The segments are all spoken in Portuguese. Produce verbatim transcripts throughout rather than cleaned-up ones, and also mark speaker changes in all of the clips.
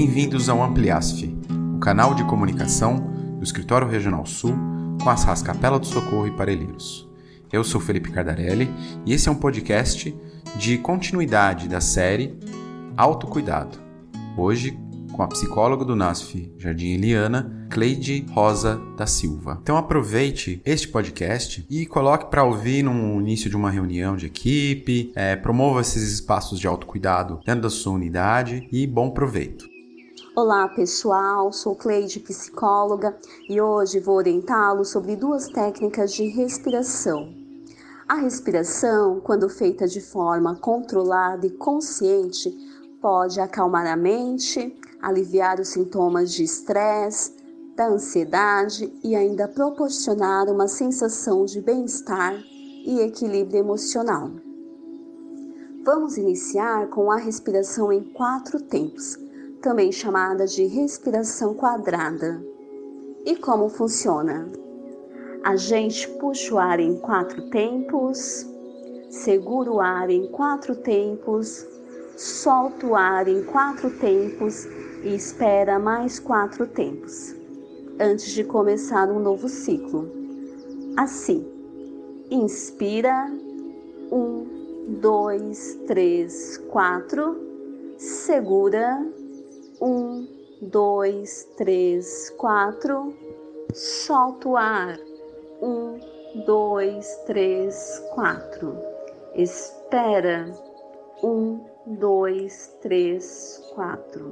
Speaker 1: Bem-vindos ao Ampliasf, o canal de comunicação do Escritório Regional Sul com as R A S Capela do Socorro e Parelheiros. Eu sou Felipe Cardarelli e esse é um podcast de continuidade da série Autocuidado. Hoje, com a psicóloga do NASF Jardim Eliana, Cleide Rosa da Silva. Então aproveite este podcast e coloque para ouvir no início de uma reunião de equipe, é, promova esses espaços de autocuidado dentro da sua unidade e bom proveito.
Speaker 2: Olá pessoal, sou Cleide, psicóloga, e hoje vou orientá-los sobre duas técnicas de respiração. A respiração, quando feita de forma controlada e consciente, pode acalmar a mente, aliviar os sintomas de estresse, da ansiedade e ainda proporcionar uma sensação de bem-estar e equilíbrio emocional. Vamos iniciar com a respiração em quatro tempos, também chamada de respiração quadrada. E como funciona? A gente puxa o ar em quatro tempos, segura o ar em quatro tempos, solta o ar em quatro tempos e espera mais quatro tempos, antes de começar um novo ciclo. Assim, inspira, um, dois, três, quatro, segura, um, dois, três, quatro, solta o ar, um, dois, três, quatro, espera, um, dois, três, quatro.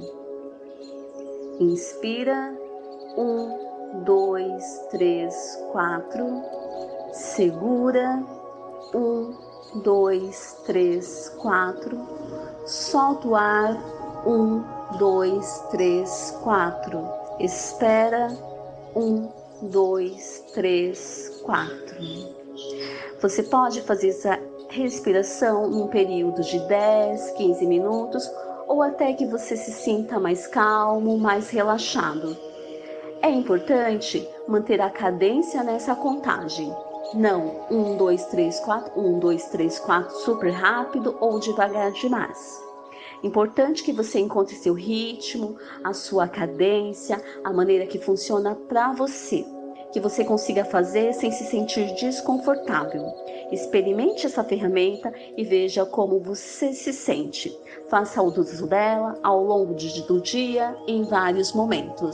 Speaker 2: Inspira, um, dois, três, quatro. Segura, um, dois, três, quatro. Solta o ar, um, dois, três, quatro. Espera, um, dois, três, quatro. Você pode fazer essa respiração num período de dez, quinze minutos ou até que você se sinta mais calmo, mais relaxado. É importante manter a cadência nessa contagem. Não um, dois, três, quatro, um, dois, três, quatro super rápido ou devagar demais. Importante que você encontre seu ritmo, a sua cadência, a maneira que funciona para você. Que você consiga fazer sem se sentir desconfortável. Experimente essa ferramenta e veja como você se sente. Faça o uso dela ao longo do dia, em vários momentos.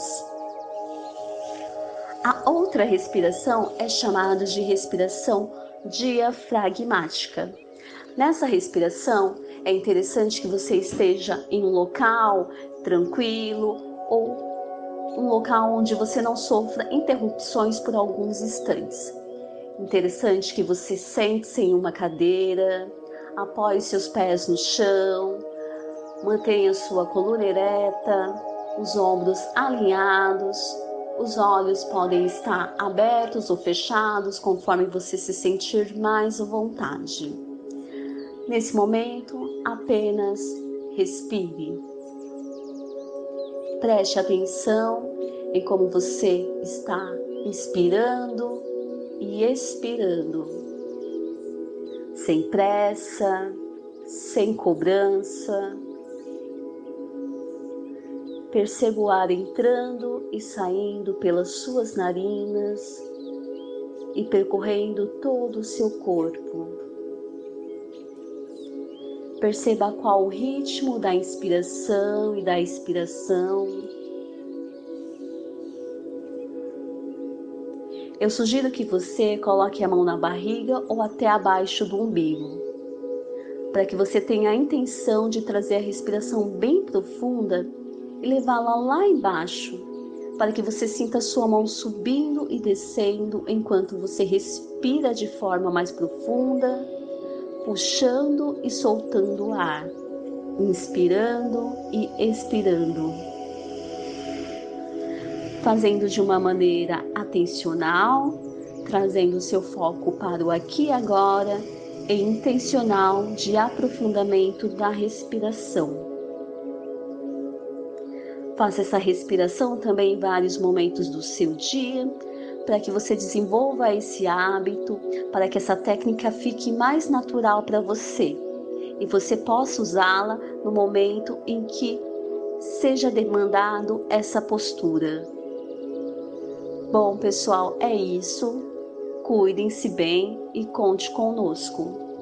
Speaker 2: A outra respiração é chamada de respiração diafragmática. Nessa respiração, é interessante que você esteja em um local tranquilo ou um local onde você não sofra interrupções por alguns instantes. Interessante que você sente-se em uma cadeira, apoie seus pés no chão, mantenha sua coluna ereta, os ombros alinhados, os olhos podem estar abertos ou fechados conforme você se sentir mais à vontade. Nesse momento, apenas respire. Preste atenção em como você está inspirando e expirando, sem pressa, sem cobrança. Perceba o ar entrando e saindo pelas suas narinas e percorrendo todo o seu corpo. Perceba qual o ritmo da inspiração e da expiração. Eu sugiro que você coloque a mão na barriga ou até abaixo do umbigo, para que você tenha a intenção de trazer a respiração bem profunda e levá-la lá embaixo, para que você sinta a sua mão subindo e descendo enquanto você respira de forma mais profunda, puxando e soltando o ar, inspirando e expirando. Fazendo de uma maneira atencional, trazendo seu foco para o aqui e agora e intencional de aprofundamento da respiração. Faça essa respiração também em vários momentos do seu dia, para que você desenvolva esse hábito, para que essa técnica fique mais natural para você e você possa usá-la no momento em que seja demandado essa postura. Bom, pessoal, é isso. Cuidem-se bem e conte conosco.